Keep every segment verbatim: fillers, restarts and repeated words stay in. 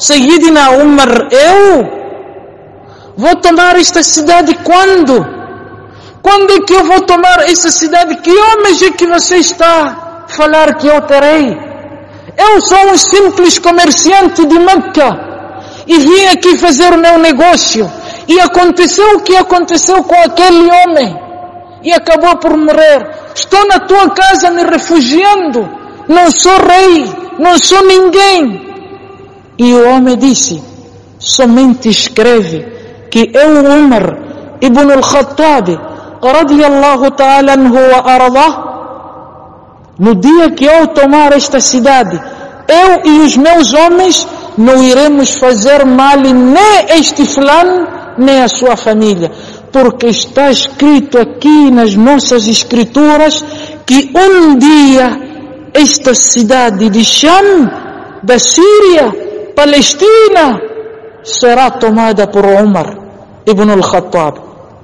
Sayyidina Umar, eu vou tomar esta cidade quando? Quando é que eu vou tomar essa cidade? Que homens é que você está a falar que eu terei? Eu sou um simples comerciante de Meca e vim aqui fazer o meu negócio. E aconteceu o que aconteceu com aquele homem e acabou por morrer. Estou na tua casa me refugiando. Não sou rei, não sou ninguém. E o homem disse: somente escreve que eu, Umar ibn al-Khattab radiyallahu ta'ala anhu wa ardah, no dia que eu tomar esta cidade, eu e os meus homens não iremos fazer mal nem este fulano nem a sua família, porque está escrito aqui nas nossas escrituras que um dia esta cidade de Sham, da Síria, Palestina, será tomada por Umar ibn al-Khattab.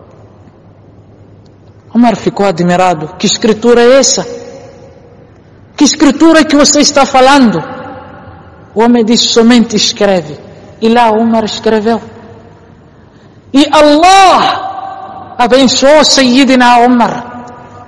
Umar ficou admirado. Que escritura é essa? Que escritura que você está falando? O homem disse: somente escreve. E lá Umar escreveu. E Allah abençoou Sayyidina Umar.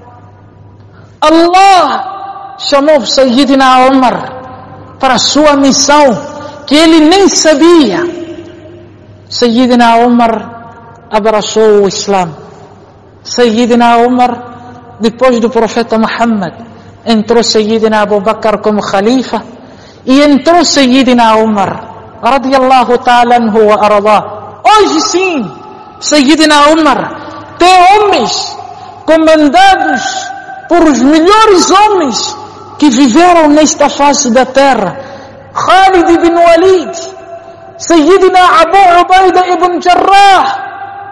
Allah chamou Sayyidina Umar para a sua missão, que ele nem sabia. Sayyidina Umar abraçou o Islã. Sayyidina Umar, depois do profeta Muhammad, entrou Sayyidina Abu Bakr como khalifa, e entrou Sayyidina Umar radiyallahu ta'ala anhu wa ardah. Hoje sim, Sayyidina Umar tem homens comandados por os melhores homens que viveram nesta face da terra. Khalid ibn Walid, Sayyidina Abu Ubaida ibn Jarrah,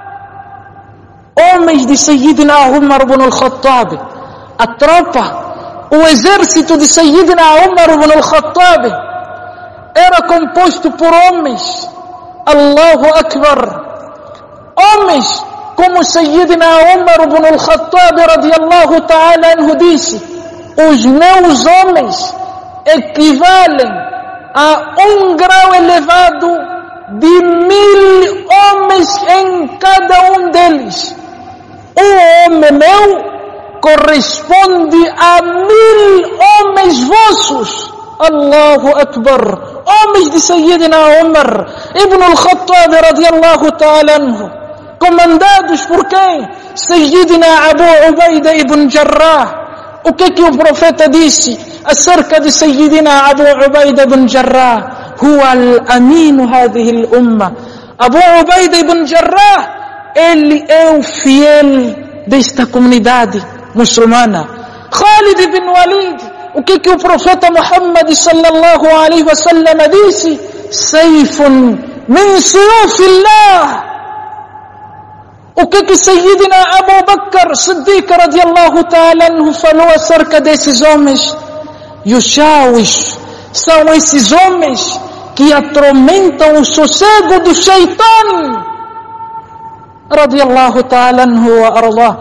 homens de Sayyidina Umar ibn al-Khattab. A tropa, o exército de Sayyidina Umar ibn al-Khattab era composto por homens, Allahu Akbar, homens como Sayyidina Umar ibn al-Khattab radiyallahu ta'ala anhu disse: os meus homens equivalem a um grau elevado de mil homens em cada um deles. Um homem meu corresponde a mil homens vossos. Allahu Akbar. Homens de Sayyidina Umar ibn al-Khattab radiyallahu ta'ala anhu, comandados por quem? Sayyidina Abu Ubaida ibn Jarrah. O que que o profeta disse acerca de Sayyidina Abu Ubaida ibn Jarrah? Huwa al-aminu hadhihi al-umma. Abu Ubaida ibn Jarrah, ele é o fiel desta comunidade muçulmana. Khalid ibn Walid, o que que o profeta Muhammad sallallahu alaihi wasallam disse? Sayfun min suyufillah. O que que Sayyidina Abu Bakr Siddiq radiyallahu ta'ala anhu falou acerca desses homens? Yushawish, são esses homens que atormentam o sossego do Shaitan radiyallahu ta'ala anhu wa ardah.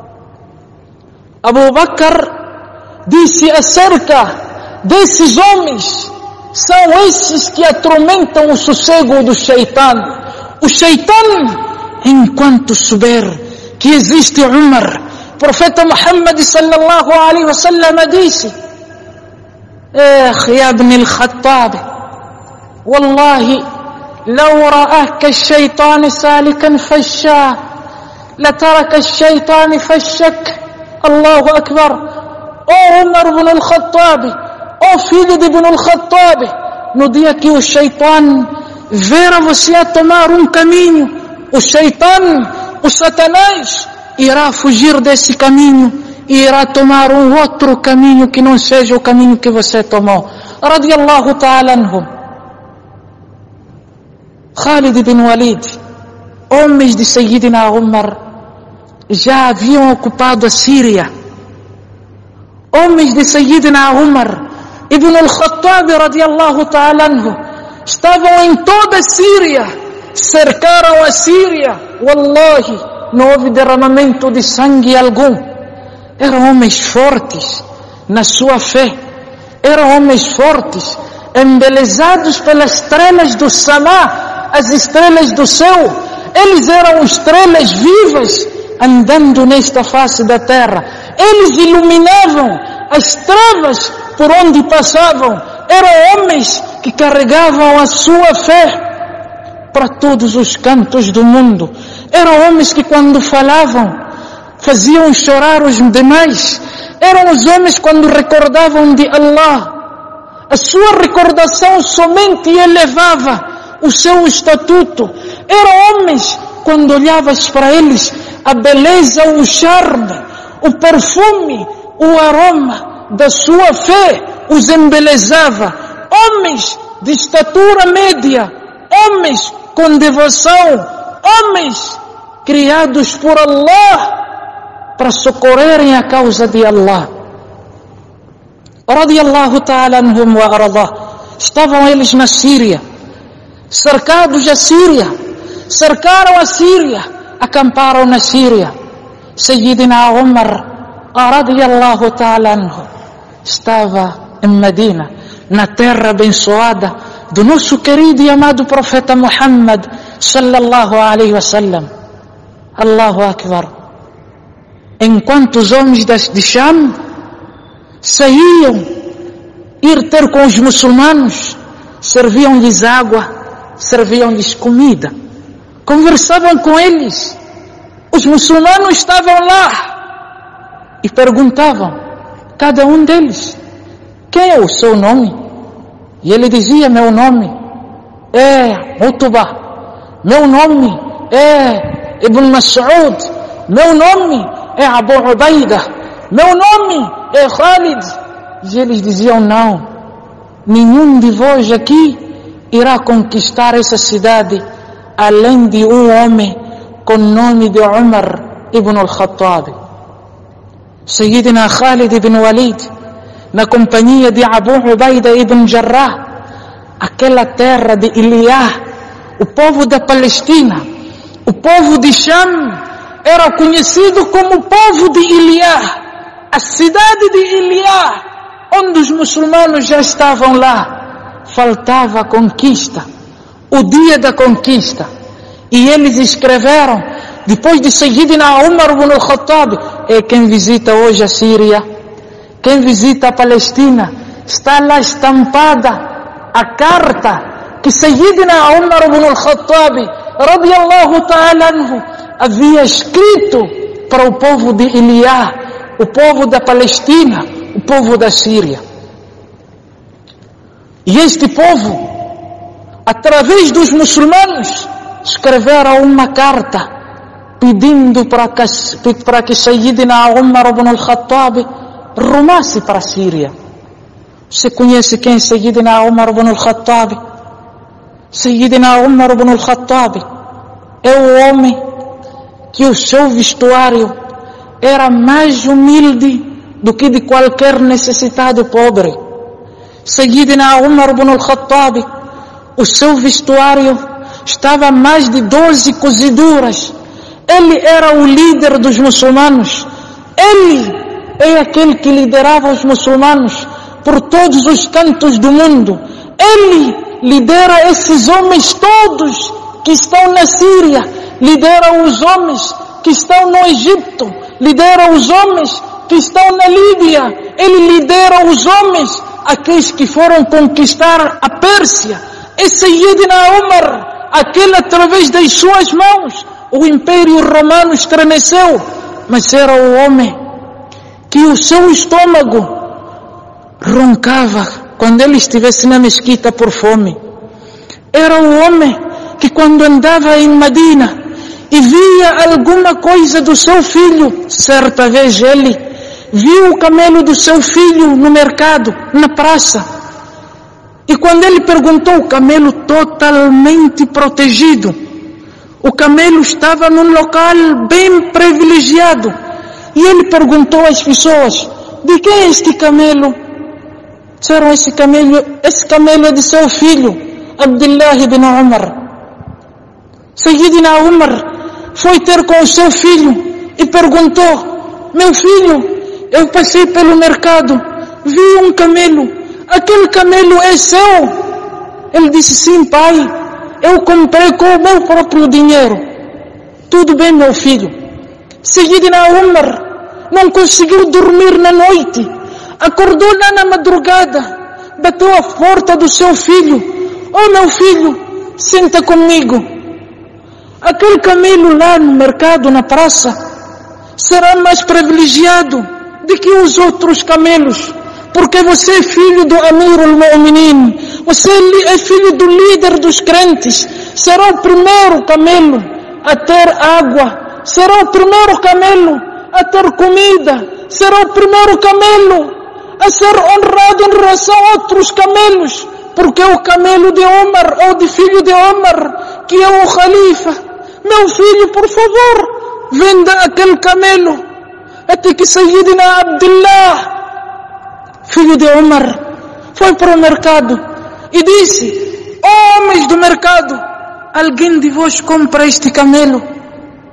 Abu Bakr disse acerca desses homens: são esses que atormentam o sossego do Shaitan. O Shaitan, enquanto souber que existe Umar, profeta Muhammad sallallahu alaihi wasallam disse: ya ibn al-Khattab, wallahi law ra'aka ash-shaytan salikan fasha lataraka ash-shaytan fashak. Allahu Akbar. Oh Umar ibn al-Khattab, oh filho de ibn al-Khattab, no dia que o Shaitan ver você a tomar um caminho, o Shaitan, o Satanás, irá fugir desse caminho e irá tomar um outro caminho que não seja o caminho que você tomou. Radiyallahu ta'ala anhum. Khalid ibn Walid, homens de Sayyidina Umar, já haviam ocupado a Síria. Homens de Sayyidina Umar ibn al-Khattab radiyallahu ta'ala anhu estavam em toda a Síria, cercaram a Síria. Wallahi, não houve derramamento de sangue algum. Eram homens fortes na sua fé, eram homens fortes embelezados pelas estrelas do Samá, as estrelas do céu. Eles eram estrelas vivas andando nesta face da terra. Eles iluminavam as trevas por onde passavam. Eram homens que carregavam a sua fé para todos os cantos do mundo. Eram homens que quando falavam faziam chorar os demais. Eram os homens quando recordavam de Allah. A sua recordação somente elevava o seu estatuto. Eram homens, quando olhavas para eles, a beleza, o charme, o perfume, o aroma da sua fé os embelezava. Homens de estatura média, homens com devoção, homens criados por Allah para socorrerem a causa de Allah. Radiallahu ta'ala anhum wa ardah. Estavam eles na Síria, cercados da Síria, cercaram a Síria, acamparam na Síria. Sayyidina Umar radiallahu ta'ala anhu estava em Medina, na terra abençoada do nosso querido e amado profeta Muhammad sallallahu alaihi wasallam. Allahu Akbar. Enquanto os homens de Sham saíam ir ter com os muçulmanos, serviam-lhes água, serviam-lhes comida, conversavam com eles. Os muçulmanos estavam lá e perguntavam, cada um deles, quem é o seu nome? E ele dizia, meu nome é Utbah, meu nome é Ibn Mas'ud, meu nome é Abu Ubaida, meu nome é Khalid. E eles diziam, não, nenhum de vós aqui irá conquistar essa cidade além de um homem com o nome de Umar ibn al-Khattab. Sayyidina Khalid ibn Walid, na companhia de Abu Ubaida ibn Jarrah, aquela terra de Iliá, o povo da Palestina, o povo de Sham, era conhecido como o povo de Iliá, a cidade de Iliá, onde os muçulmanos já estavam lá. Faltava a conquista, o dia da conquista. E eles escreveram, depois de Sayyidina Umar ibn al-Khattab, é quem visita hoje a Síria, quem visita a Palestina, está lá estampada a carta que Sayyidina Umar ibn al-Khattab radiallahu ta'ala anhu havia escrito para o povo de Iliá, o povo da Palestina, o povo da Síria. E este povo, através dos muçulmanos, escreveram uma carta pedindo para que, para que Sayyidina Umar ibn al-Khattab rumasse para a Síria. Você conhece quem é Sayyidina Umar ibn al-Khattab? Sayyidina Umar ibn al-Khattab é o homem que o seu vestuário era mais humilde do que de qualquer necessitado pobre. Sayyidina Umar ibn al-Khattab, o seu vestuário estava mais de doze coziduras. Ele era o líder dos muçulmanos. Ele é aquele que liderava os muçulmanos por todos os cantos do mundo. Ele lidera esses homens todos que estão na Síria, lidera os homens que estão no Egito, lidera os homens que estão na Líbia, ele lidera os homens, aqueles que foram conquistar a Pérsia. E Sayyidina Umar, aquele através das suas mãos, o Império Romano estremeceu, mas era o homem que o seu estômago roncava quando ele estivesse na mesquita por fome. Era o homem que quando andava em Medina e via alguma coisa do seu filho, certa vez ele viu o camelo do seu filho no mercado, na praça. E quando ele perguntou, o camelo totalmente protegido, o camelo estava num local bem privilegiado. E ele perguntou às pessoas, de quem é este camelo? Disseram, esse camelo, esse camelo é de seu filho, Abdullah ibn Umar. Sayyidina Umar foi ter com o seu filho e perguntou, meu filho, eu passei pelo mercado, vi um camelo, aquele camelo é seu? Ele disse, sim, pai, eu comprei com o meu próprio dinheiro. Tudo bem, meu filho. Sayyidina Umar não conseguiu dormir na noite. Acordou lá na madrugada, bateu a porta do seu filho. Oh, meu filho, senta comigo. Aquele camelo lá no mercado, na praça, será mais privilegiado do que os outros camelos, porque você é filho do Amir al-Mu'minin, você é filho do líder dos crentes. Será o primeiro camelo a ter água, será o primeiro camelo a ter comida, será o primeiro camelo a ser honrado em relação a outros camelos, porque é o camelo de Omar, ou de filho de Omar, que é o Khalifa. Meu filho, por favor, venda aquele camelo. Até que Sayyidina Abdullah, filho de Omar, foi para o mercado e disse, homens do mercado, alguém de vós compra este camelo?